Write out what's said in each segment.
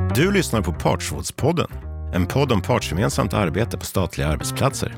Du lyssnar på Partsrådspodden, en podd om partsgemensamt arbete på statliga arbetsplatser.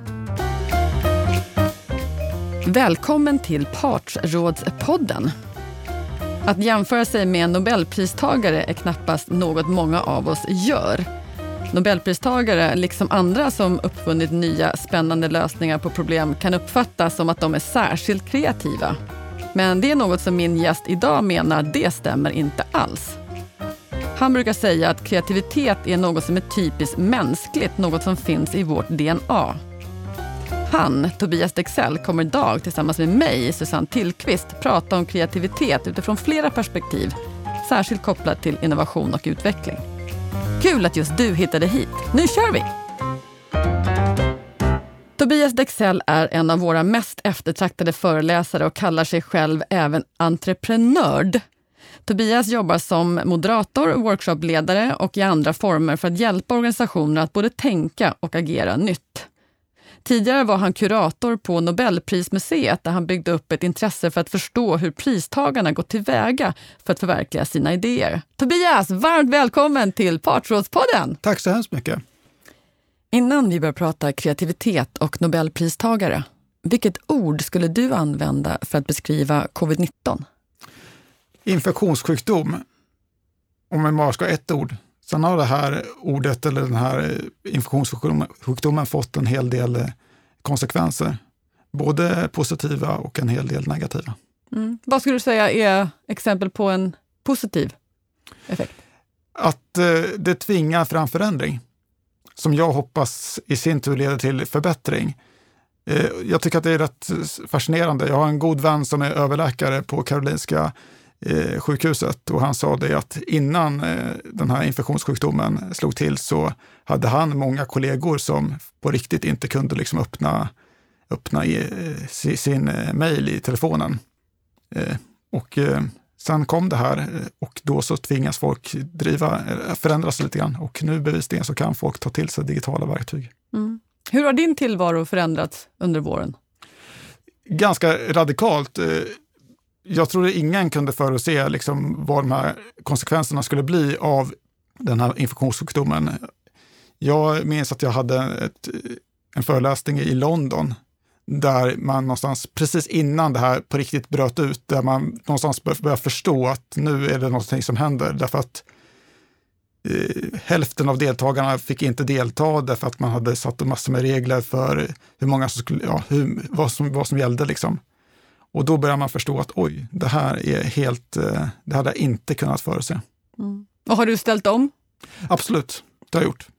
Välkommen till Partsrådspodden. Att jämföra sig med en Nobelpristagare är knappast något många av oss gör. Nobelpristagare, liksom andra som uppfunnit nya spännande lösningar på problem, kan uppfattas som att de är särskilt kreativa. Men det är något som min gäst idag menar, det stämmer inte alls. Han brukar säga att kreativitet är något som är typiskt mänskligt, något som finns i vårt DNA. Han, Tobias Dexell, kommer idag tillsammans med mig, Susanne Tillqvist, prata om kreativitet utifrån flera perspektiv, särskilt kopplat till innovation och utveckling. Kul att just du hittade hit. Nu kör vi! Tobias Dexell är en av våra mest eftertraktade föreläsare och kallar sig själv även entreprenörd. Tobias jobbar som moderator, workshopledare och i andra former för att hjälpa organisationer att både tänka och agera nytt. Tidigare var han kurator på Nobelprismuseet där han byggde upp ett intresse för att förstå hur pristagarna gått tillväga för att förverkliga sina idéer. Tobias, varmt välkommen till Partsrådspodden! Tack så hemskt mycket. Innan vi börjar prata kreativitet och Nobelpristagare, vilket ord skulle du använda för att beskriva covid-19? Infektionssjukdom, om man bara ska ha ett ord. Sen har det här ordet eller den här infektionssjukdomen fått en hel del konsekvenser. Både positiva och en hel del negativa. Vad skulle du säga är exempel på en positiv effekt? Att det tvingar fram förändring. Som jag hoppas i sin tur leder till förbättring. Jag tycker att det är rätt fascinerande. Jag har en god vän som är överläkare på Karolinska sjukhuset och han sa det att innan den här infektionssjukdomen slog till så hade han många kollegor som på riktigt inte kunde liksom öppna sin mejl i telefonen. Sen kom det här och då så tvingas folk förändras lite grann och nu bevisligen så kan folk ta till sig digitala verktyg. Hur har din tillvaro förändrats under våren? Ganska radikalt. Jag tror att ingen kunde förutse liksom vad de här konsekvenserna skulle bli av den här infektionssjukdomen. Jag minns att jag hade en föreläsning i London där man någonstans precis innan det här på riktigt bröt ut, där man någonstans började förstå att nu är det någonting som händer därför att hälften av deltagarna fick inte delta därför att man hade satt en massa med regler för hur många som skulle, vad som gällde liksom. Och då börjar man förstå att oj, det här är helt, det hade jag inte kunnat förutse. Och har du ställt om? Absolut, det har jag gjort.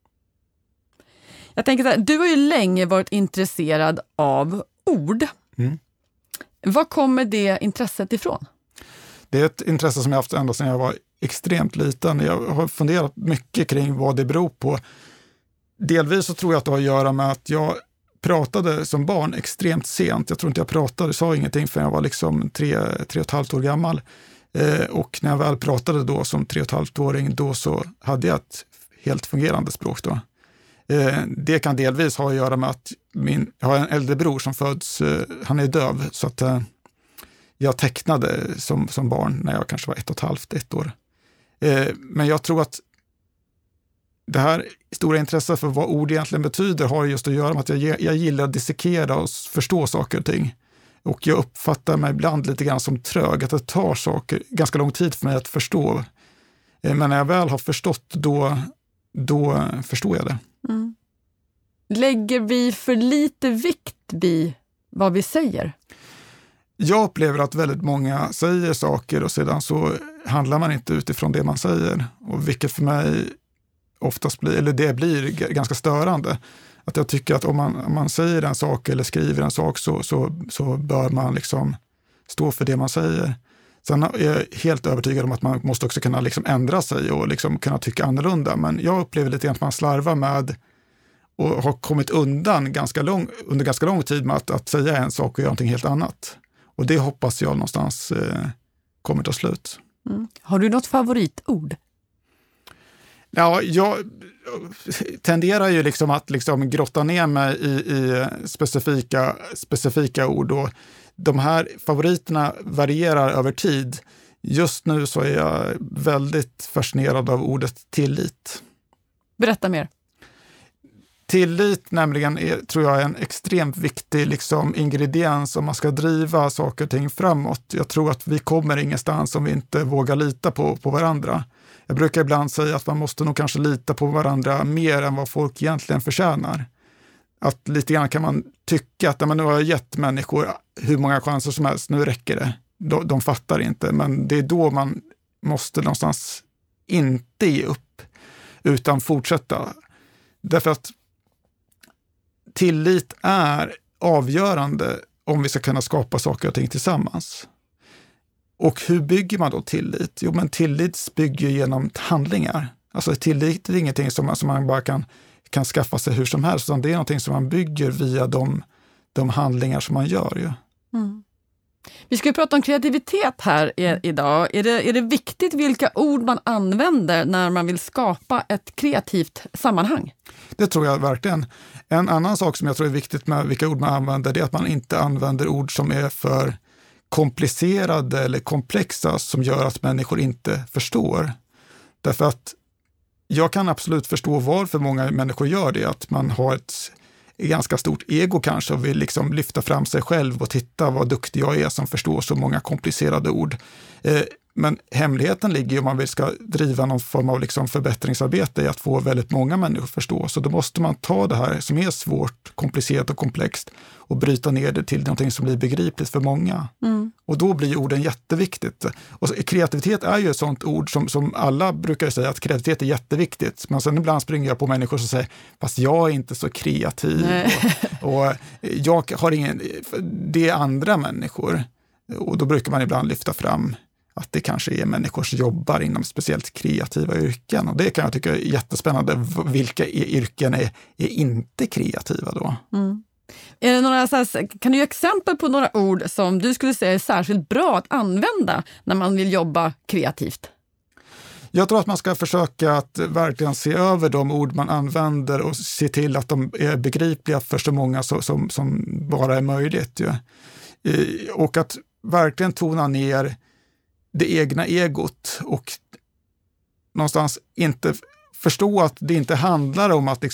Jag tänker så här, du har ju länge varit intresserad av ord. Var kommer det intresset ifrån? Det är ett intresse som jag haft ända sedan jag var extremt liten. Jag har funderat mycket kring vad det beror på. Delvis så tror jag att det har att göra med att jag pratade som barn extremt sent. Jag tror inte jag sa ingenting förrän jag var liksom 3,5 år gammal. Och när jag väl pratade då som 3,5-åring då så hade jag ett helt fungerande språk då. Det kan delvis ha att göra med att jag har en äldre bror som föds, han är döv så att jag tecknade som barn när jag kanske var 1,5 år. Men jag tror att det här stora intresset för vad ord egentligen betyder har just att göra med att jag gillar att dissekera och förstå saker och ting. Och jag uppfattar mig ibland lite grann som trög, att det tar saker ganska lång tid för mig att förstå. Men när jag väl har förstått, då förstår jag det. Lägger vi för lite vikt vid vad vi säger? Jag upplever att väldigt många säger saker och sedan så handlar man inte utifrån det man säger. Och vilket för mig oftast blir ganska störande. Att jag tycker att om man säger en sak eller skriver en sak så bör man liksom stå för det man säger. Sen är jag helt övertygad om att man måste också kunna liksom ändra sig och liksom kunna tycka annorlunda. Men jag upplever lite grann att man slarvar med och har kommit undan under ganska lång tid med att säga en sak och göra någonting helt annat. Och det hoppas jag någonstans kommer ta slut. Har du något favoritord? Ja, jag tenderar ju liksom att liksom grotta ner mig i specifika ord och de här favoriterna varierar över tid. Just nu så är jag väldigt fascinerad av ordet tillit. Berätta mer. Tillit nämligen tror jag är en extremt viktig ingrediens om man ska driva saker och ting framåt. Jag tror att vi kommer ingenstans om vi inte vågar lita på varandra. Jag brukar ibland säga att man måste nog kanske lita på varandra mer än vad folk egentligen förtjänar. Att lite grann kan man tycka att nu har jag gett människor hur många chanser som helst, nu räcker det. De fattar inte, men det är då man måste någonstans inte ge upp utan fortsätta. Därför att tillit är avgörande om vi ska kunna skapa saker och ting tillsammans. Och hur bygger man då tillit? Jo, men tillit bygger genom handlingar. Alltså tillit är ingenting som man bara kan skaffa sig hur som helst, utan det är någonting som man bygger via de handlingar som man gör. Ju. Mm. Vi ska ju prata om kreativitet här idag. Är det viktigt vilka ord man använder när man vill skapa ett kreativt sammanhang? Det tror jag verkligen. En annan sak som jag tror är viktigt med vilka ord man använder, det är att man inte använder ord som är för komplicerade eller komplexa som gör att människor inte förstår. Därför att jag kan absolut förstå varför många människor gör det, att man har ett ganska stort ego kanske och vill lyfta fram sig själv och titta vad duktig jag är som förstår så många komplicerade ord. Men hemligheten ligger ju om man ska driva någon form av förbättringsarbete i att få väldigt många människor att förstå. Så då måste man ta det här som är svårt, komplicerat och komplext och bryta ner det till någonting som blir begripligt för många. Mm. Och då blir orden jätteviktigt. Och kreativitet är ju ett sånt ord som alla brukar säga att kreativitet är jätteviktigt. Men sen ibland springer jag på människor som säger, fast jag är inte så kreativ. Och jag har det är andra människor. Och då brukar man ibland lyfta fram att det kanske är människor som jobbar inom speciellt kreativa yrken. Och det kan jag tycka är jättespännande. Vilka yrken är inte kreativa då? Mm. Är det kan du ge exempel på några ord som du skulle säga är särskilt bra att använda när man vill jobba kreativt? Jag tror att man ska försöka att verkligen se över de ord man använder och se till att de är begripliga för så många som bara är möjligt. Ja. Och att verkligen tona ner det egna egot och någonstans inte förstå att det inte handlar om att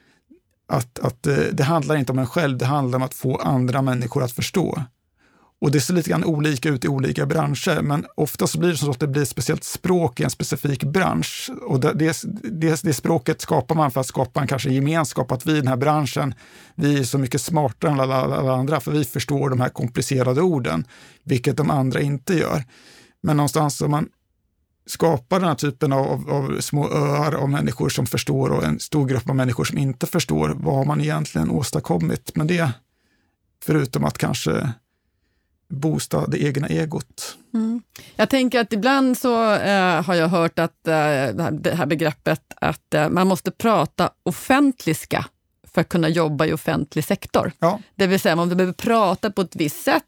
det handlar inte om en själv, det handlar om att få andra människor att förstå. Och det ser lite grann olika ut i olika branscher, men ofta så blir det så att det blir ett speciellt språk i en specifik bransch. Och det språket skapar man för att skapa en kanske gemenskap, att vi i den här branschen, vi är så mycket smartare än alla andra, för vi förstår de här komplicerade orden, vilket de andra inte gör. Men någonstans om man skapar den här typen av små öar av människor som förstår och en stor grupp av människor som inte förstår, vad har man egentligen åstadkommit med det? Förutom att kanske boosta det egna egot. Mm. Jag tänker att ibland så har jag hört att det här begreppet att man måste prata offentliska för att kunna jobba i offentlig sektor. Ja. Det vill säga man behöver prata på ett visst sätt,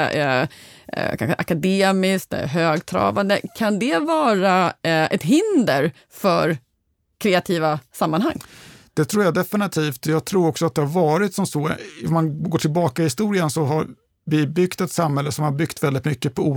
kanske akademiskt, högtravande. Kan det vara ett hinder för kreativa sammanhang? Det tror jag definitivt. Jag tror också att det har varit som så. Om man går tillbaka i historien så har vi byggt ett samhälle som har byggt väldigt mycket på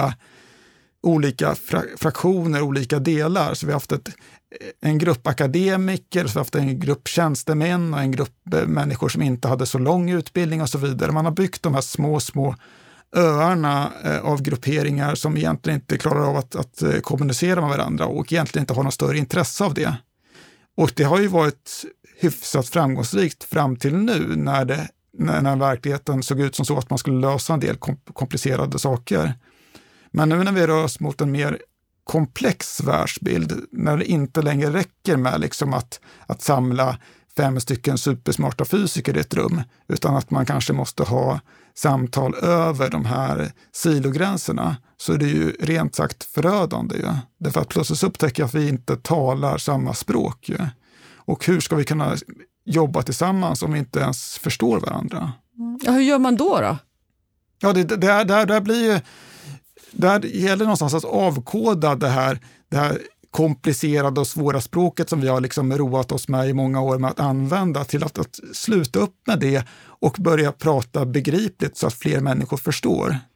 olika fraktioner, olika delar. Så vi har haft en grupp akademiker, så vi har haft en grupp tjänstemän och en grupp människor som inte hade så lång utbildning och så vidare. Man har byggt de här små öarna av grupperingar som egentligen inte klarar av att kommunicera med varandra och egentligen inte har något större intresse av det. Och det har ju varit hyfsat framgångsrikt fram till nu när verkligheten såg ut som så att man skulle lösa en del komplicerade saker. Men nu när vi rör oss mot en mer komplex världsbild, när det inte längre räcker med att samla 5 stycken supersmarta fysiker i ett rum, utan att man kanske måste ha samtal över de här silogränserna, så är det ju rent sagt förödande. Ja. Därför att plötsligt upptäcker att vi inte talar samma språk. Ja. Och hur ska vi kunna jobba tillsammans om vi inte ens förstår varandra? Ja, hur gör man då? Ja, där blir ju... Där gäller någonstans att avkoda det här komplicerade och svåra språket som vi har roat oss med i många år med att använda, till att sluta upp med det och börja prata begripligt så att fler människor förstår.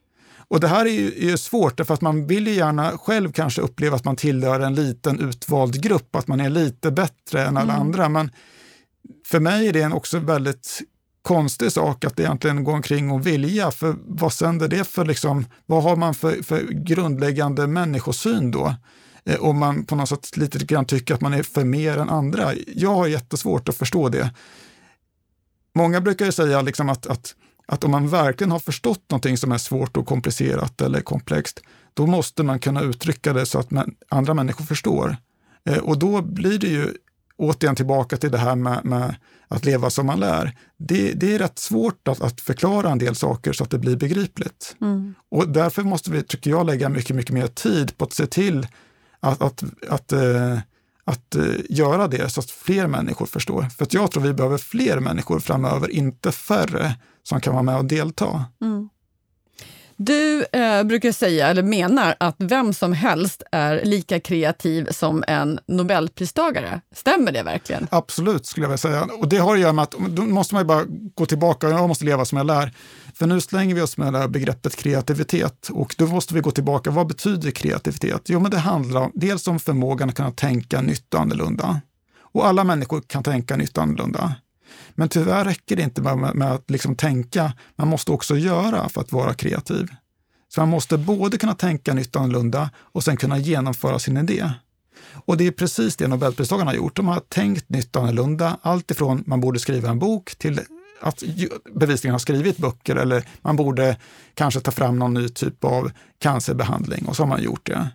Och det här är ju svårt, därför att man vill ju gärna själv kanske uppleva att man tillhör en liten utvald grupp, att man är lite bättre än alla andra. Men för mig är det också väldigt konstig sak att egentligen gå omkring och vilja, för vad sänder det för liksom, vad har man för grundläggande människosyn då? Om man på något sätt lite grann tycker att man är för mer än andra. Jag har jättesvårt att förstå det. Många brukar ju säga liksom att om man verkligen har förstått någonting som är svårt och komplicerat eller komplext, då måste man kunna uttrycka det så att andra människor förstår. Och då blir det ju återigen tillbaka till det här med att leva som man lär. Det är rätt svårt att förklara en del saker så att det blir begripligt. Och därför måste vi, tycker jag, lägga mycket, mycket mer tid på att se till att göra det så att fler människor förstår. För att jag tror vi behöver fler människor framöver, inte färre som kan vara med och delta. Du brukar säga, eller menar, att vem som helst är lika kreativ som en Nobelpristagare. Stämmer det verkligen? Absolut, skulle jag vilja säga. Och det har att göra med att då måste man ju bara gå tillbaka, jag måste leva som jag lär. För nu slänger vi oss med det här begreppet kreativitet, och då måste vi gå tillbaka. Vad betyder kreativitet? Jo, men det handlar dels om förmågan att kunna tänka nytt och annorlunda. Och alla människor kan tänka nytt och annorlunda. Men tyvärr räcker det inte med att liksom tänka, man måste också göra för att vara kreativ. Så man måste både kunna tänka nytt och annorlunda och sen kunna genomföra sin idé. Och det är precis det Nobelpristagarna har gjort. De har tänkt nytt och annorlunda, allt ifrån man borde skriva en bok till att bevisligen ha skrivit böcker, eller man borde kanske ta fram någon ny typ av cancerbehandling, och så har man gjort det.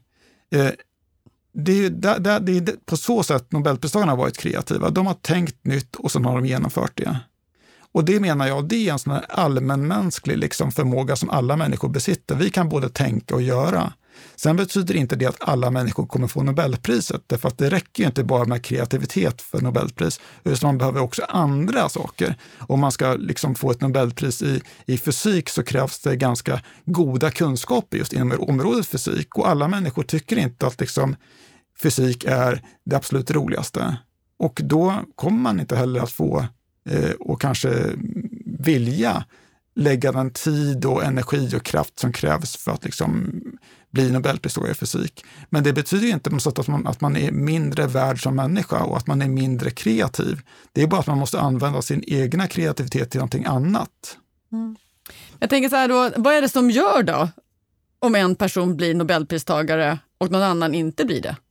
Det är på så sätt Nobelpristagarna har varit kreativa. De har tänkt nytt och så har de genomfört det. Och det menar jag, det är en sån här allmänmänsklig liksom förmåga som alla människor besitter. Vi kan både tänka och göra. Sen betyder inte det att alla människor kommer få Nobelpriset, därför att det räcker ju inte bara med kreativitet för Nobelpris, utan man behöver också andra saker. Om man ska liksom få ett Nobelpris i fysik så krävs det ganska goda kunskaper just inom området fysik, och alla människor tycker inte att liksom fysik är det absolut roligaste. Och då kommer man inte heller att få och kanske vilja lägga den tid och energi och kraft som krävs för att liksom bli Nobelpristagare i fysik. Men det betyder ju inte att man är mindre värd som människa och att man är mindre kreativ. Det är bara att man måste använda sin egna kreativitet till någonting annat. Jag tänker så här då, vad är det som gör då om en person blir Nobelpristagare och någon annan inte blir det?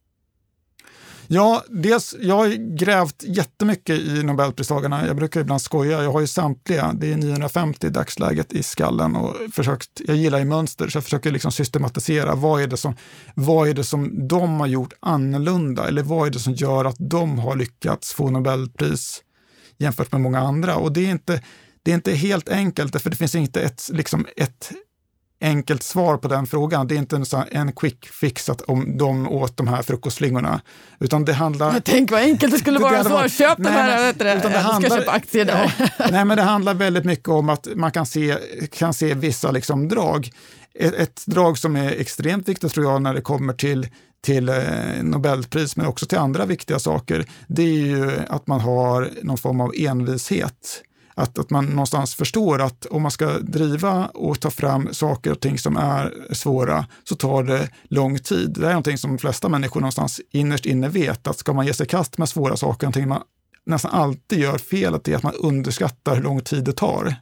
Ja, jag har grävt jättemycket i Nobelpristagarna. Jag brukar ibland skoja, jag har ju samtliga, det är 950 i dagsläget i skallen, och jag gillar ju mönster, så jag försöker liksom systematisera vad är det som de har gjort annorlunda, eller vad är det som gör att de har lyckats få Nobelpris jämfört med många andra. Och det är inte helt enkelt, för det finns inte ett enkelt svar på den frågan. Det är inte en quick fix att om de åt de här frukostslingorna, utan det handlar... Jag tänker vad enkelt det skulle vara så. Köp den här, ska köpa aktier där. Nej, men det handlar väldigt mycket om att man kan se vissa liksom drag. Ett drag som är extremt viktigt, tror jag, när det kommer till Nobelpris, men också till andra viktiga saker, det är ju att man har någon form av envishet. Att man någonstans förstår att om man ska driva och ta fram saker och ting som är svåra, så tar det lång tid. Det är någonting som de flesta människor någonstans innerst inne vet, att ska man ge sig kast med svåra saker, någonting man nästan alltid gör felet är att man underskattar hur lång tid det tar.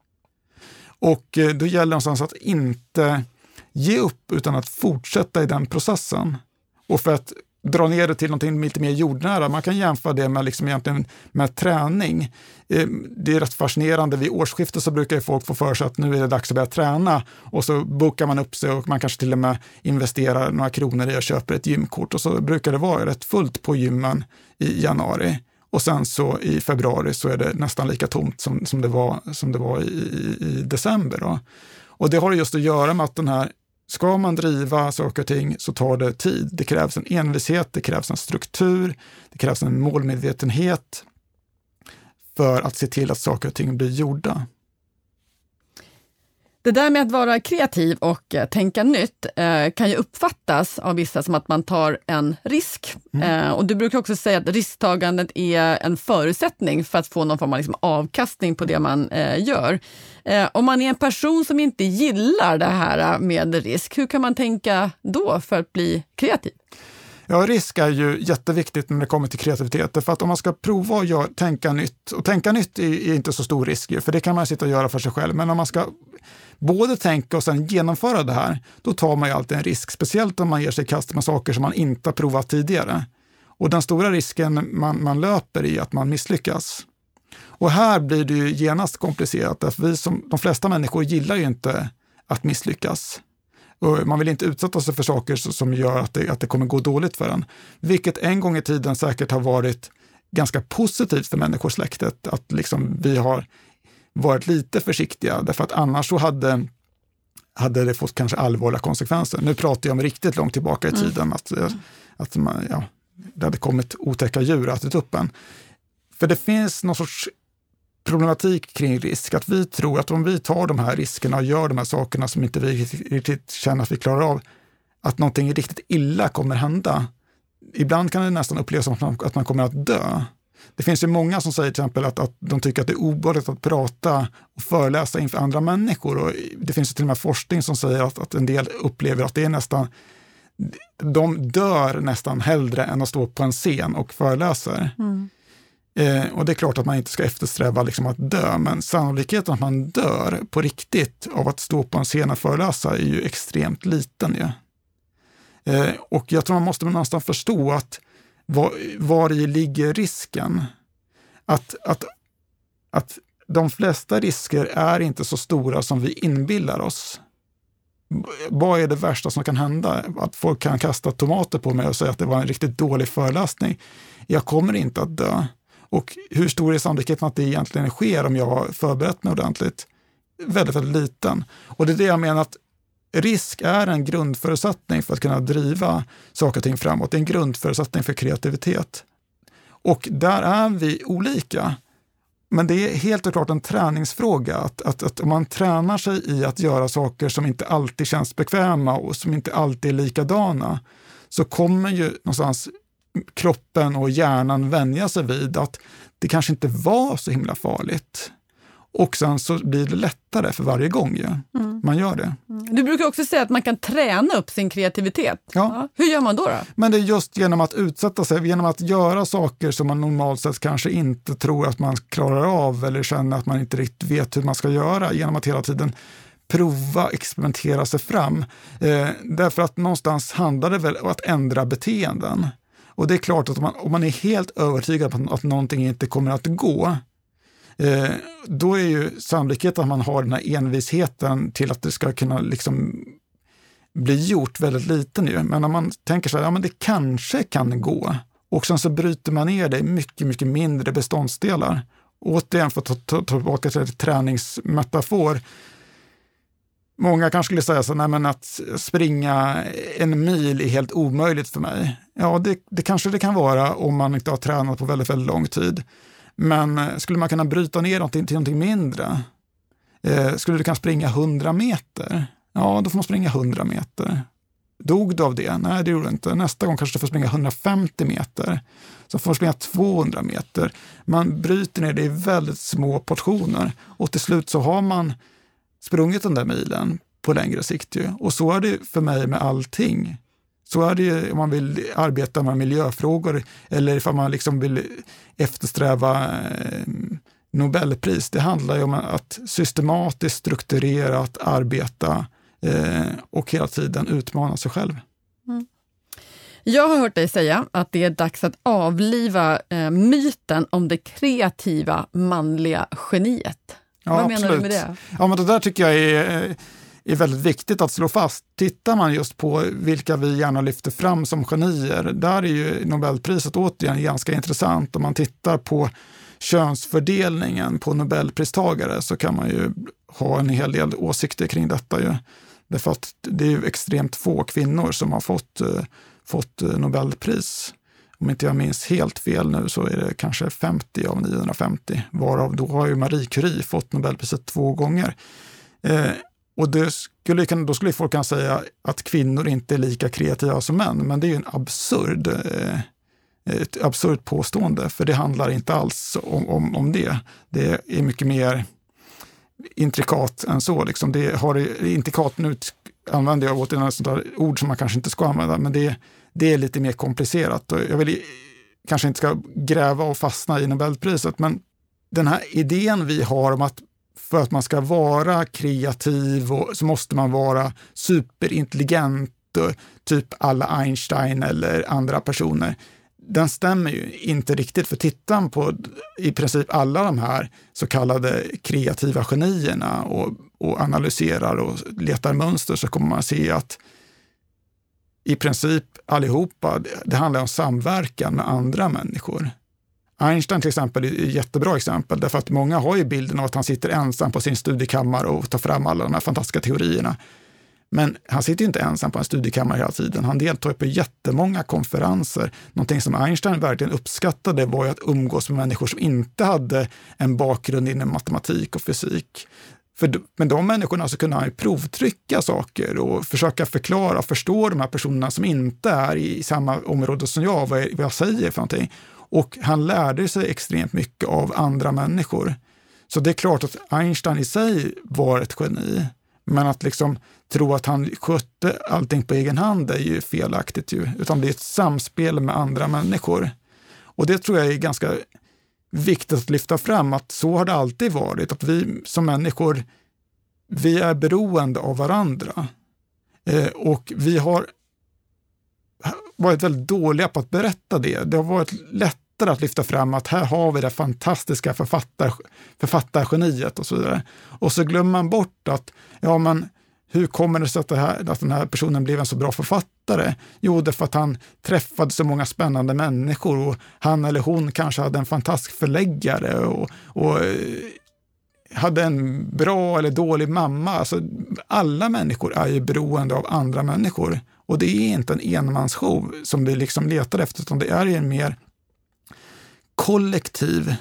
Och då gäller det någonstans att inte ge upp, utan att fortsätta i den processen. Och för att dra ner det till någonting lite mer jordnära. Man kan jämföra det med, liksom egentligen med träning. Det är rätt fascinerande. Vid årsskiftet så brukar ju folk få för sig att nu är det dags att börja träna, och så bokar man upp sig och man kanske till och med investerar några kronor i och köper ett gymkort, och så brukar det vara rätt fullt på gymmen i januari. Och sen så i februari så är det nästan lika tomt som det var i december då. Och det har just att göra med att den här, ska man driva saker och ting så tar det tid. Det krävs en envishet, det krävs en struktur, det krävs en målmedvetenhet för att se till att saker och ting blir gjorda. Det där med att vara kreativ och tänka nytt kan ju uppfattas av vissa som att man tar en risk. Och du brukar också säga att risktagandet är en förutsättning för att få någon form av liksom avkastning på det man gör. Om man är en person som inte gillar det här med risk, hur kan man tänka då för att bli kreativ? Ja, risk är ju jätteviktigt när det kommer till kreativitet. För att om man ska prova att tänka nytt, och tänka nytt är inte så stor risk, för det kan man sitta och göra för sig själv. Men om man ska både tänka och sen genomföra det här, då tar man ju alltid en risk. Speciellt om man ger sig i kast med saker som man inte har provat tidigare. Och den stora risken man löper är att man misslyckas. Och här blir det ju genast komplicerat, för de flesta människor gillar ju inte att misslyckas. Och man vill inte utsätta sig för saker som gör att det kommer gå dåligt för en. Vilket en gång i tiden säkert har varit ganska positivt för människosläktet. Att liksom vi har varit lite försiktiga, därför att annars så hade det fått kanske allvarliga konsekvenser. Nu pratar jag om riktigt långt tillbaka i tiden att det hade kommit otäcka djur och ätit upp en. För det finns någon sorts problematik kring risk, att vi tror att om vi tar de här riskerna och gör de här sakerna som inte vi riktigt känner att vi klarar av, att någonting riktigt illa kommer hända. Ibland kan det nästan upplevas som att man kommer att dö. Det finns ju många som säger till exempel att de tycker att det är obehagligt att prata och föreläsa inför andra människor, och det finns ju till och med forskning som säger att en del upplever att det är nästan, de dör nästan hellre än att stå på en scen och föreläser. Och det är klart att man inte ska eftersträva liksom att dö, men sannolikheten att man dör på riktigt av att stå på en scen och föreläsa är ju extremt liten. Ja. Och jag tror man måste någonstans förstå att var i ligger risken. Att de flesta risker är inte så stora som vi inbillar oss. Vad är det värsta som kan hända? Att folk kan kasta tomater på mig och säga att det var en riktigt dålig föreläsning. Jag kommer inte att dö. Och hur stor är sannolikheten att det egentligen sker om jag har förberett mig ordentligt? Väldigt, väldigt liten. Och det är det jag menar, att risk är en grundförutsättning för att kunna driva saker och ting framåt. Det är en grundförutsättning för kreativitet. Och där är vi olika. Men det är helt och klart en träningsfråga. Att om man tränar sig i att göra saker som inte alltid känns bekväma och som inte alltid är likadana, så kommer ju någonstans kroppen och hjärnan vänja sig vid att det kanske inte var så himla farligt. Och sen så blir det lättare för varje gång man gör det. Du brukar också säga att man kan träna upp sin kreativitet. Ja. Hur gör man då? Men det är just genom att utsätta sig, genom att göra saker som man normalt sett kanske inte tror att man klarar av, eller känner att man inte riktigt vet hur man ska göra, genom att hela tiden prova, experimentera sig fram. Därför att någonstans handlar det väl om att ändra beteenden. Och det är klart att om man är helt övertygad på att någonting inte kommer att gå, då är ju sannolikheten att man har den här envisheten till att det ska kunna liksom bli gjort väldigt liten ju. Men om man tänker så här, ja men det kanske kan gå, och sen så bryter man ner det i mycket, mycket mindre beståndsdelar. Återigen, för att ta tillbaka till ett träningsmetafor. Många kanske skulle säga så, nej men att springa en mil är helt omöjligt för mig. Ja, det kanske det kan vara om man inte har tränat på väldigt, väldigt lång tid. Men skulle man kunna bryta ner någonting till någonting mindre? Skulle du kunna springa 100 meter? Ja, då får man springa 100 meter. Dog du av det? Nej, det gjorde du inte. Nästa gång kanske du får springa 150 meter. Så får man springa 200 meter. Man bryter ner det i väldigt små portioner. Och till slut så har man sprungit den där milen på längre sikt ju. Och så är det för mig med allting. Så är det ju om man vill arbeta med miljöfrågor, eller ifall man liksom vill eftersträva Nobelpris. Det handlar ju om att systematiskt, strukturerat arbeta och hela tiden utmana sig själv. Jag har hört dig säga att det är dags att avliva myten om det kreativa manliga geniet. Ja, vad menar du med det? Ja, men det där tycker jag är väldigt viktigt att slå fast. Tittar man just på vilka vi gärna lyfter fram som genier, där är ju Nobelpriset återigen ganska intressant. Om man tittar på könsfördelningen på Nobelpristagare, så kan man ju ha en hel del åsikter kring detta ju. Därför att det är ju extremt få kvinnor som har fått Nobelpris. Om inte jag minns helt fel nu så är det kanske 50 av 950, varav då har ju Marie Curie fått Nobelpriset 2 gånger. Och då skulle folk kunna säga att kvinnor inte är lika kreativa som män, men det är ju ett absurt påstående, för det handlar inte alls om det. Det är mycket mer intrikat än så. Liksom. Intrikat, nu använder jag åt ett sånt där ord som man kanske inte ska använda, men det är lite mer komplicerat. Och jag vill kanske inte ska gräva och fastna i Nobelpriset, men den här idén vi har om att för att man ska vara kreativ så måste man vara superintelligent, typ alla Einstein eller andra personer. Den stämmer ju inte riktigt, för tittar på i princip alla de här så kallade kreativa genierna och analyserar och letar mönster, så kommer man se att i princip allihopa, det handlar om samverkan med andra människor. Einstein till exempel är ett jättebra exempel, därför att många har ju bilden av att han sitter ensam på sin studiekammare och tar fram alla de här fantastiska teorierna. Men han sitter ju inte ensam på en studiekammare hela tiden. Han deltar på jättemånga konferenser. Någonting som Einstein verkligen uppskattade var ju att umgås med människor som inte hade en bakgrund inom matematik och fysik. Men de människorna så kunde han ju provtrycka saker och försöka förklara och förstå de här personerna som inte är i samma område som jag, vad jag säger för någonting. Och han lärde sig extremt mycket av andra människor. Så det är klart att Einstein i sig var ett geni. Men att liksom tro att han skötte allting på egen hand är ju felaktigt ju. Utan det är ett samspel med andra människor. Och det tror jag är ganska viktigt att lyfta fram, att så har det alltid varit. Att vi som människor, vi är beroende av varandra. Och vi har varit väldigt dåliga på att berätta det. Det har varit lättare att lyfta fram att här har vi det fantastiska författargeniet och så vidare. Och så glömmer man bort att, ja men hur kommer det sig att den här personen blev en så bra författare? Jo, det är för att han träffade så många spännande människor, och han eller hon kanske hade en fantastisk förläggare och hade en bra eller dålig mamma. Alltså, alla människor är ju beroende av andra människor. Och det är inte en enmansshow som vi liksom letar efter, utan det är en mer kollektiv,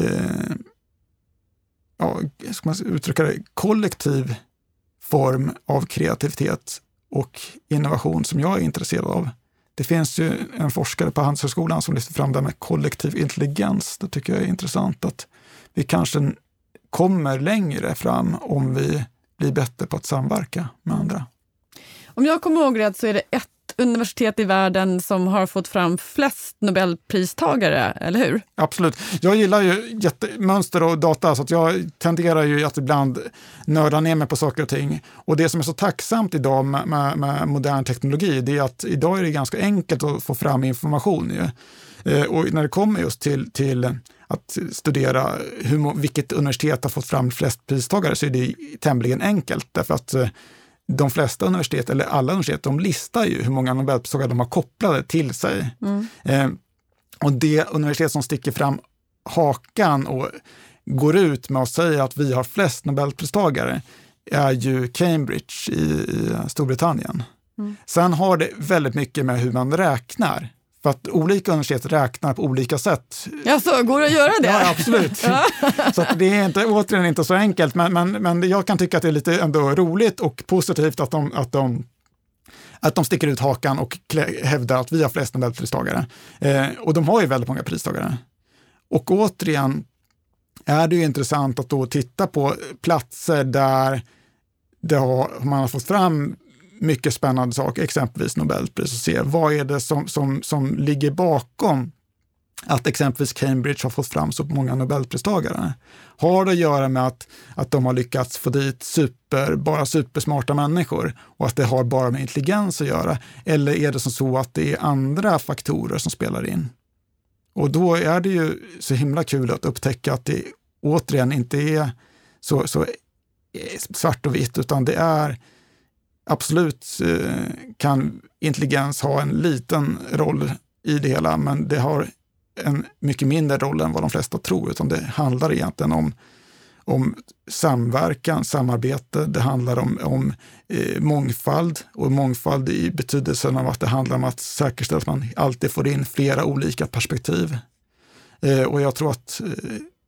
ska man uttrycka det, kollektiv form av kreativitet och innovation som jag är intresserad av. Det finns ju en forskare på Handelshögskolan som lyfter fram det med kollektiv intelligens. Det tycker jag är intressant, att vi kanske kommer längre fram om vi blir bättre på att samverka med andra. Om jag kommer ihåg rätt så är det ett universitet i världen som har fått fram flest Nobelpristagare, eller hur? Absolut. Jag gillar ju mönster och data, så att jag tenderar ju att ibland nörda ner mig på saker och ting. Och det som är så tacksamt idag med modern teknologi, det är att idag är det ganska enkelt att få fram information ju. Och när det kommer just till att studera vilket universitet har fått fram flest pristagare, så är det tämligen enkelt, därför att de flesta universitet, eller alla universitet, de listar ju hur många Nobelpristagare de har kopplade till sig. Och det universitet som sticker fram hakan och går ut med att säga att vi har flest Nobelpristagare är ju Cambridge i Storbritannien. Sen har det väldigt mycket med hur man räknar. För att olika universitet räknar på olika sätt. Ja, så går det att göra det? Ja, absolut. Så att det är återigen inte så enkelt, men jag kan tycka att det är lite ändå roligt och positivt att de sticker ut hakan och hävdar att vi har flest Nobelpristagare. Och de har ju väldigt många pristagare. Och återigen är det ju intressant att då titta på platser där man har fått fram mycket spännande saker, exempelvis Nobelpris, och se vad är det som ligger bakom att exempelvis Cambridge har fått fram så många Nobelpristagare. Har det att göra med att de har lyckats få dit bara supersmarta människor och att det har bara med intelligens att göra, eller är det som så att det är andra faktorer som spelar in? Och då är det ju så himla kul att upptäcka att det återigen inte är så svart och vitt, utan det är absolut kan intelligens ha en liten roll i det hela, men det har en mycket mindre roll än vad de flesta tror, utan det handlar egentligen om samverkan, samarbete, det handlar om mångfald, och mångfald i betydelsen av att det handlar om att säkerställa att man alltid får in flera olika perspektiv. Och jag tror att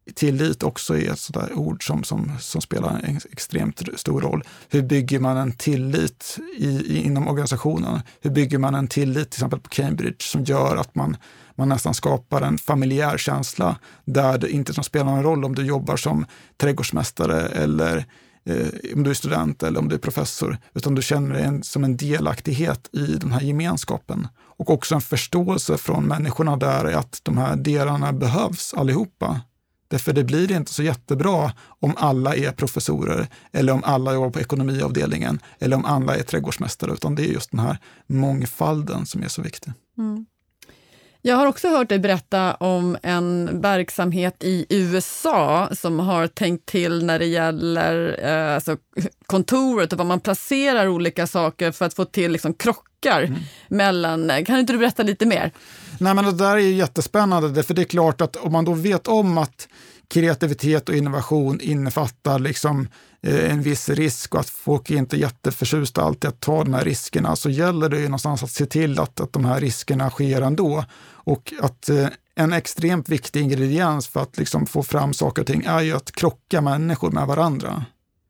tillit också är ett sådär ord som spelar en extremt stor roll. Hur bygger man en tillit inom organisationen? Hur bygger man en tillit till exempel på Cambridge som gör att man nästan skapar en familjär känsla där det inte spelar någon roll om du jobbar som trädgårdsmästare eller om du är student eller om du är professor, utan du känner dig som en delaktighet i den här gemenskapen. Och också en förståelse från människorna där att de här delarna behövs allihopa. Därför det blir inte så jättebra om alla är professorer eller om alla jobbar på ekonomiavdelningen eller om alla är trädgårdsmästare, utan det är just den här mångfalden som är så viktig. Mm. Jag har också hört dig berätta om en verksamhet i USA som har tänkt till när det gäller alltså kontoret och var man placerar olika saker för att få till liksom krockar mellan. Kan inte du berätta lite mer? Nej, men det där är ju jättespännande, för det är klart att om man då vet om att kreativitet och innovation innefattar liksom en viss risk och att folk är inte jätteförtjusta alltid att ta de här riskerna, så gäller det ju någonstans att se till att de här riskerna sker ändå. Och att en extremt viktig ingrediens för att liksom få fram saker och ting är ju att krocka människor med varandra.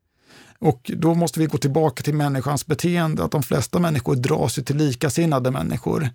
Och då måste vi gå tillbaka till människans beteende, att de flesta människor dras till likasinnade människor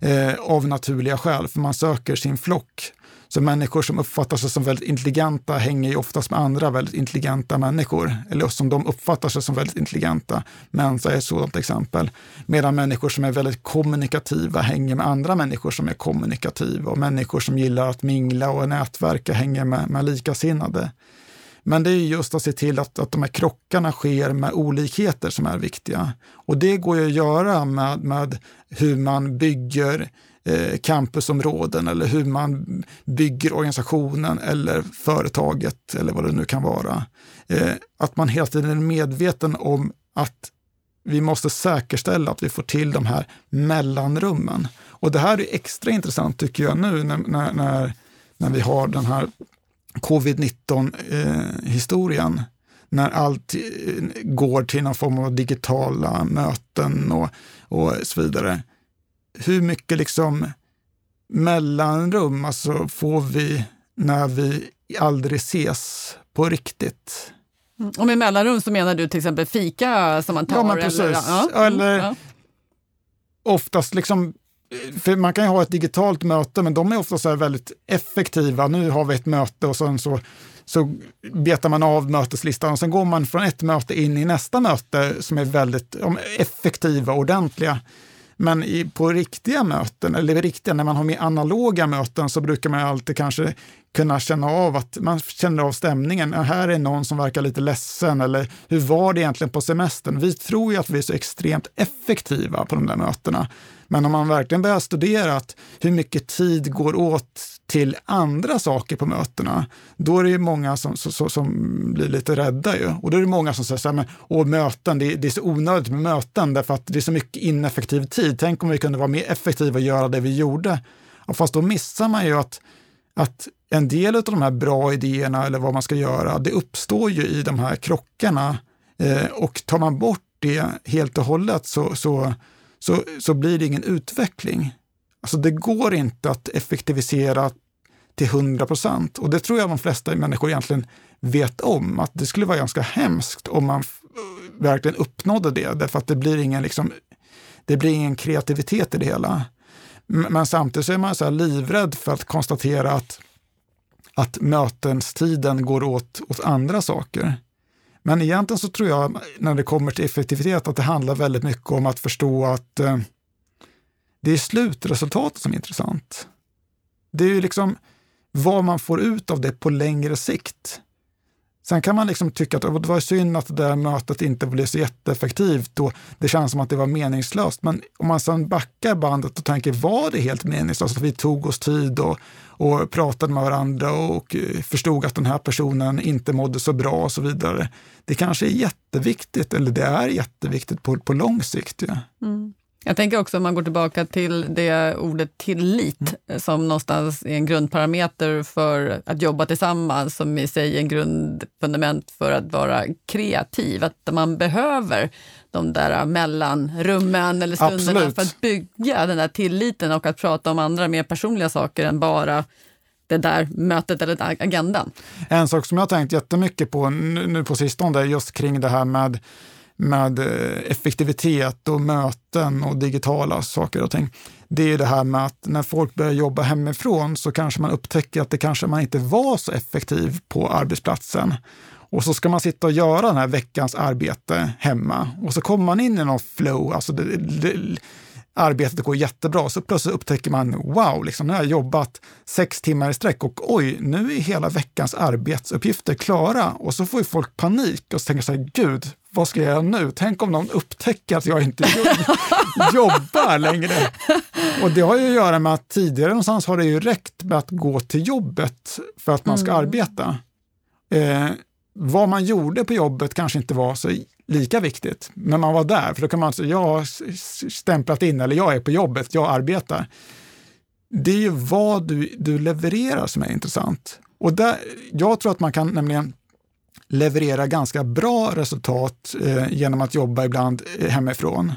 av naturliga skäl, för man söker sin flock. Så människor som uppfattar sig som väldigt intelligenta hänger ju oftast med andra väldigt intelligenta människor, eller som de uppfattar sig som väldigt intelligenta. Mensa är ett sådant exempel. Medan människor som är väldigt kommunikativa hänger med andra människor som är kommunikativa, och människor som gillar att mingla och nätverka hänger med likasinnade. Men det är just att se till att de här krockarna sker med olikheter som är viktiga. Och det går ju att göra med hur man bygger campusområden eller hur man bygger organisationen eller företaget eller vad det nu kan vara. Att man hela tiden är medveten om att vi måste säkerställa att vi får till de här mellanrummen. Och det här är extra intressant tycker jag nu när vi har den här covid-19-historien, när allt går till någon form av digitala möten och så vidare. Hur mycket liksom mellanrum alltså får vi när vi aldrig ses på riktigt? Och med mellanrum så menar du till exempel fika som man tar? Ja, men precis. Eller oftast liksom, för man kan ju ha ett digitalt möte, men de är ofta så här väldigt effektiva. Nu har vi ett möte och sen så betar man av möteslistan och sen går man från ett möte in i nästa möte som är väldigt effektiva och ordentliga. Men på riktiga möten, eller riktiga, när man har med analoga möten, så brukar man alltid kanske kunna känna av att man känner av stämningen. Här är någon som verkar lite ledsen, eller hur var det egentligen på semestern? Vi tror ju att vi är så extremt effektiva på de där mötena. Men om man verkligen börjar studera hur mycket tid går åt till andra saker på mötena, då är det ju många som blir lite rädda ju. Och då är det många som säger så här, möten, det är så onödigt med möten därför att det är så mycket ineffektiv tid. Tänk om vi kunde vara mer effektiva och göra det vi gjorde. Och fast då missar man ju att en del av de här bra idéerna eller vad man ska göra, det uppstår ju i de här krockarna. Och tar man bort det helt och hållet så blir det ingen utveckling. Alltså det går inte att effektivisera till 100%. Och det tror jag de flesta människor egentligen vet om. Att det skulle vara ganska hemskt om man verkligen uppnådde det. Därför att det blir ingen kreativitet i det hela. Men samtidigt så är man så här livrädd för att konstatera att mötenstiden går åt andra saker. Men egentligen så tror jag när det kommer till effektivitet att det handlar väldigt mycket om att förstå att det är slutresultatet som är intressant. Det är ju liksom vad man får ut av det på längre sikt. Sen kan man liksom tycka att det var synd att det där mötet inte blev så jätteeffektivt och det känns som att det var meningslöst. Men om man sedan backar bandet och tänker, var det helt meningslöst att vi tog oss tid och pratade med varandra och förstod att den här personen inte mådde så bra och så vidare. Det kanske är jätteviktigt, eller det är jätteviktigt på lång sikt. Ja. Mm. Jag tänker också om man går tillbaka till det ordet tillit som någonstans är en grundparameter för att jobba tillsammans, som i sig är en grundfundament för att vara kreativ. Att man behöver de där mellanrummen eller stunderna för att bygga den där tilliten och att prata om andra mer personliga saker än bara det där mötet eller den agendan. En sak som jag har tänkt jättemycket på nu på sistone är just kring det här med effektivitet och möten och digitala saker och ting. Det är det här med att när folk börjar jobba hemifrån så kanske man upptäcker att det kanske man inte var så effektiv på arbetsplatsen. Och så ska man sitta och göra den här veckans arbete hemma. Och så kommer man in i någon flow, alltså arbetet går jättebra. Så plötsligt upptäcker man, wow, liksom, nu har jag jobbat 6 timmar i sträck och oj, nu är hela veckans arbetsuppgifter klara. Och så får ju folk panik och så tänker sig, gud, vad ska jag göra nu? Tänk om någon upptäcker att jag inte jobbar längre. Och det har ju att göra med att tidigare någonstans har det ju räckt med att gå till jobbet för att man ska arbeta. Vad man gjorde på jobbet kanske inte var så lika viktigt, men man var där, för då kan man säga, jag har stämplat in eller jag är på jobbet, jag arbetar. Det är ju vad du levererar som är intressant. Och jag tror att man kan nämligen leverera ganska bra resultat genom att jobba ibland hemifrån.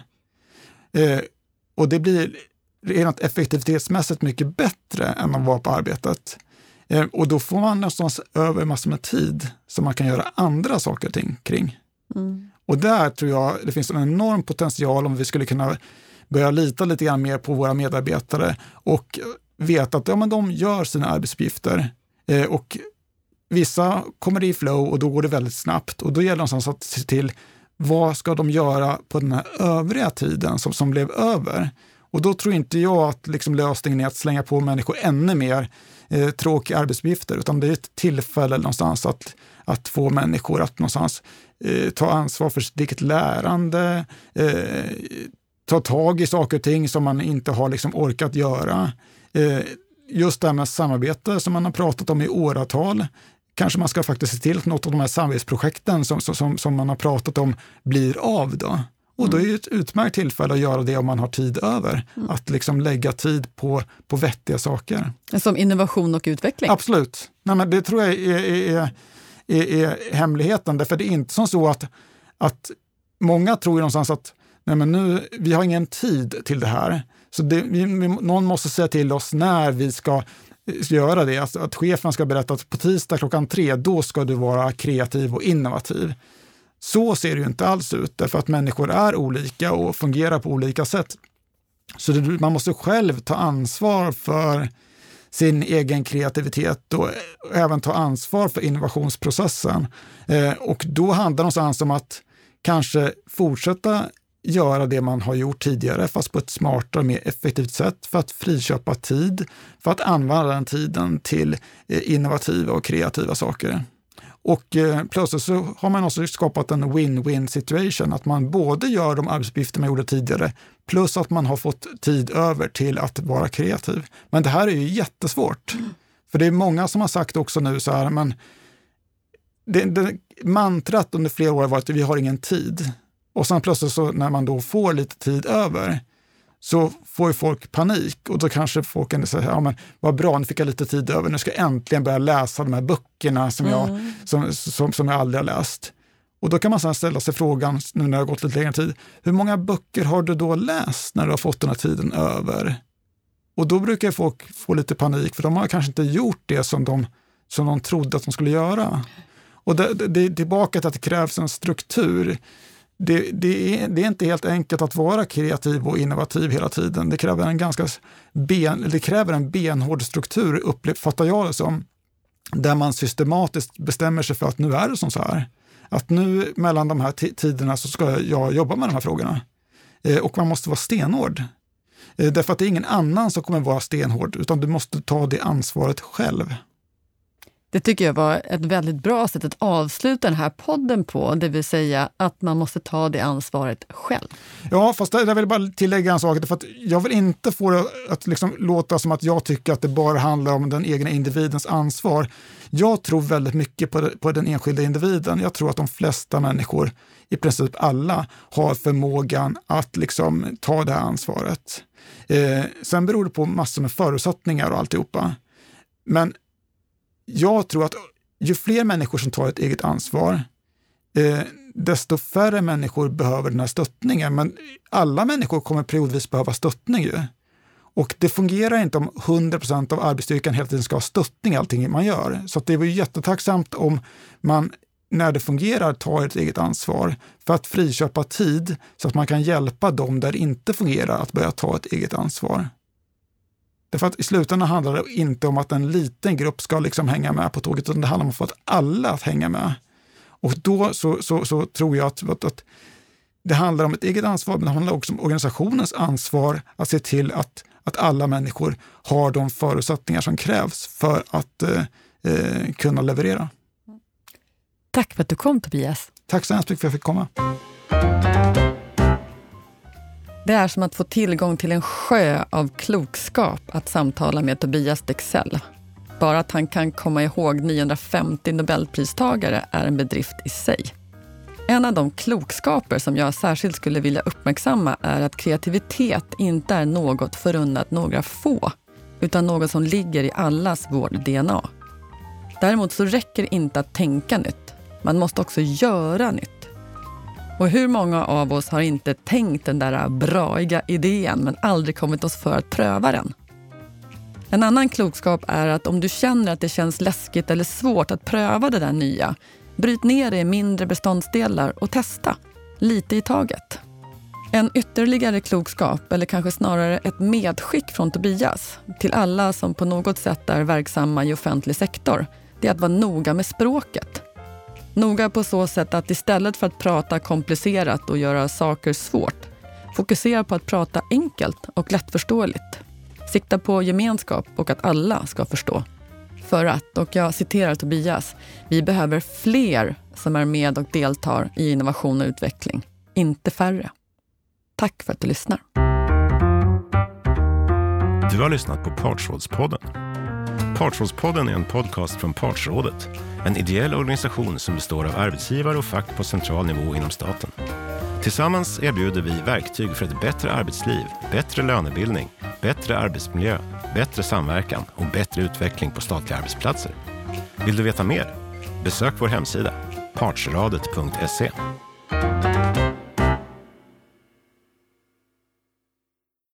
Och det blir rent effektivitetsmässigt mycket bättre än att vara på arbetet. Och då får man någonstans över massor med tid som man kan göra andra saker och ting kring. Och där tror jag det finns en enorm potential om vi skulle kunna börja lita lite grann mer på våra medarbetare och veta att men de gör sina arbetsuppgifter och vissa kommer i flow och då går det väldigt snabbt och då gäller det någonstans att se till vad ska de göra på den här övriga tiden som blev över. Och då tror inte jag att liksom lösningen är att slänga på människor ännu mer tråkiga arbetsuppgifter, utan det är ett tillfälle någonstans att få människor att någonstans ta ansvar för sitt eget lärande, ta tag i saker och ting som man inte har liksom orkat göra. Just det här med samarbete som man har pratat om i åratal, kanske man ska faktiskt se till att något av de här samarbetsprojekten som man har pratat om blir av då. Och då är det ett utmärkt tillfälle att göra det om man har tid över. Att liksom lägga tid på vettiga saker. Som innovation och utveckling. Absolut. Nej, men det tror jag är hemligheten. Därför det är inte som så att många tror ju någonstans att nej, men nu, vi har ingen tid till det här. Så någon måste säga till oss när vi ska göra det. Alltså att chefen ska berätta att på tisdag 3:00 då ska du vara kreativ och innovativ. Så ser det ju inte alls ut, därför att människor är olika och fungerar på olika sätt. Så man måste själv ta ansvar för sin egen kreativitet och även ta ansvar för innovationsprocessen. Och då handlar det någonstans om att kanske fortsätta göra det man har gjort tidigare, fast på ett smartare, mer effektivt sätt för att friköpa tid, för att använda den tiden till innovativa och kreativa saker. Och plötsligt så har man också skapat en win-win situation, att man både gör de arbetsuppgifter man gjorde tidigare plus att man har fått tid över till att vara kreativ. Men det här är ju jättesvårt. För det är många som har sagt också nu så här, men det mantrat under flera år var att vi har ingen tid. Och sen plötsligt så när man då får lite tid över så får ju folk panik och då kanske folk kan säga, ja men vad bra, nu fick jag lite tid över, nu ska jag äntligen börja läsa de här böckerna som jag aldrig har läst. Och då kan man sedan ställa sig frågan, nu när det har gått lite längre tid, hur många böcker har du då läst när du har fått den här tiden över? Och då brukar folk få lite panik, för de har kanske inte gjort det som de trodde att de skulle göra. Och det är tillbaka till att det krävs en struktur. Det är inte helt enkelt att vara kreativ och innovativ hela tiden. Det kräver en benhård struktur, uppfattar jag det som, där man systematiskt bestämmer sig för att nu är det som så här. Att nu mellan de här tiderna så ska jag jobba med de här frågorna. Och man måste vara stenhård. Därför att det är ingen annan som kommer vara stenhård, utan du måste ta det ansvaret själv. Det tycker jag var ett väldigt bra sätt att avsluta den här podden på, det vill säga att man måste ta det ansvaret själv. Ja, fast jag vill bara tillägga en sak, för att jag vill inte få det att liksom låta som att jag tycker att det bara handlar om den egna individens ansvar. Jag tror väldigt mycket på den enskilda individen. Jag tror att de flesta människor, i princip alla, har förmågan att liksom ta det här ansvaret. Sen beror det på massor med förutsättningar och alltihopa. Men jag tror att ju fler människor som tar ett eget ansvar, desto färre människor behöver den här stöttningen. Men alla människor kommer periodvis behöva stöttning ju. Och det fungerar inte om 100% av arbetsstyrkan hela tiden ska ha stöttning i allting man gör. Så att det är ju jättetacksamt om man, när det fungerar, tar ett eget ansvar för att friköpa tid så att man kan hjälpa dem där det inte fungerar att börja ta ett eget ansvar. Därför att i slutändan handlar det inte om att en liten grupp ska liksom hänga med på tåget, utan det handlar om att få alla att hänga med. Och då så tror jag att det handlar om ett eget ansvar, men det handlar också om organisationens ansvar att se till att alla människor har de förutsättningar som krävs för att kunna leverera. Tack för att du kom, Tobias. Tack så hemskt mycket för att jag fick komma. Det är som att få tillgång till en sjö av klokskap att samtala med Tobias Dexell. Bara att han kan komma ihåg 950 Nobelpristagare är en bedrift i sig. En av de klokskaper som jag särskilt skulle vilja uppmärksamma är att kreativitet inte är något förunnat några få, utan något som ligger i allas vårt DNA. Däremot så räcker inte att tänka nytt. Man måste också göra nytt. Och hur många av oss har inte tänkt den där braiga idén men aldrig kommit oss för att pröva den? En annan klokskap är att om du känner att det känns läskigt eller svårt att pröva det där nya, bryt ner det i mindre beståndsdelar och testa, lite i taget. En ytterligare klokskap, eller kanske snarare ett medskick från Tobias till alla som på något sätt är verksamma i offentlig sektor, det är att vara noga med språket. Noga på så sätt att istället för att prata komplicerat och göra saker svårt, fokusera på att prata enkelt och lättförståeligt. Sikta på gemenskap och att alla ska förstå. För att, och jag citerar Tobias, vi behöver fler som är med och deltar i innovation och utveckling, inte färre. Tack för att du lyssnar. Du har lyssnat på Partsrådspodden. Partsrådspodden är en podcast från Partsrådet, en ideell organisation som består av arbetsgivare och fack på central nivå inom staten. Tillsammans erbjuder vi verktyg för ett bättre arbetsliv, bättre lönebildning, bättre arbetsmiljö, bättre samverkan och bättre utveckling på statliga arbetsplatser. Vill du veta mer? Besök vår hemsida, partsradet.se.